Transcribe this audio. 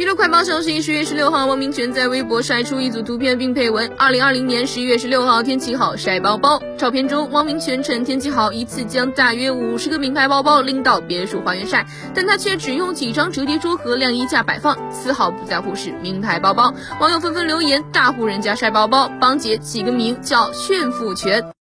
娱乐快报消息，10月16号，汪明荃在微博晒出一组图片，并配文：2020年11月16号，天气好，晒包包。照片中，汪明荃趁天气好，一次将大约50个名牌包包拎到别墅花园晒，但他却只用几张折叠桌和晾衣架摆放，丝毫不在乎是名牌包包。网友纷纷留言：大户人家晒包包，帮姐起个名叫炫富权。